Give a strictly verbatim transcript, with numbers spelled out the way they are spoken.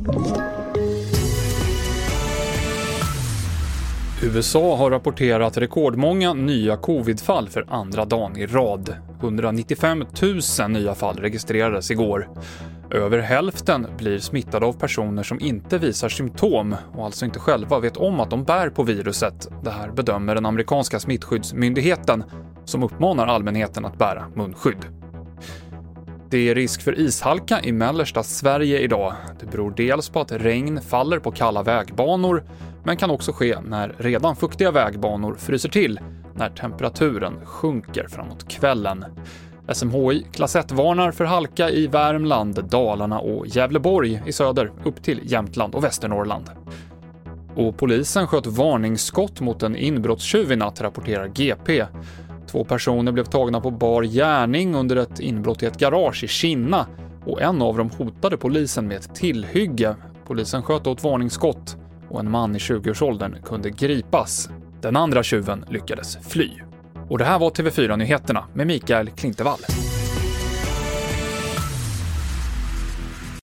U S A har rapporterat rekordmånga nya covidfall för andra dagen i rad. etthundranittiofem tusen nya fall registrerades igår. Över hälften blir smittade av personer som inte visar symptom och alltså inte själva vet om att de bär på viruset. Det här bedömer den amerikanska smittskyddsmyndigheten som uppmanar allmänheten att bära munskydd. Det är risk för ishalka i mellersta Sverige idag. Det beror dels på att regn faller på kalla vägbanor, men kan också ske när redan fuktiga vägbanor fryser till när temperaturen sjunker framåt kvällen. S M H I klass ett varnar för halka i Värmland, Dalarna och Gävleborg i söder upp till Jämtland och Västernorrland. Och polisen sköt varningsskott mot en inbrottstjuv i natt, rapporterar G P. Två personer blev tagna på bar gärning under ett inbrott i ett garage i Kinna och en av dem hotade polisen med ett tillhygge. Polisen sköt åt varningsskott och en man i tjugoårsåldern kunde gripas. Den andra tjuven lyckades fly. Och det här var T V fyra-nyheterna med Mikael Klintevall.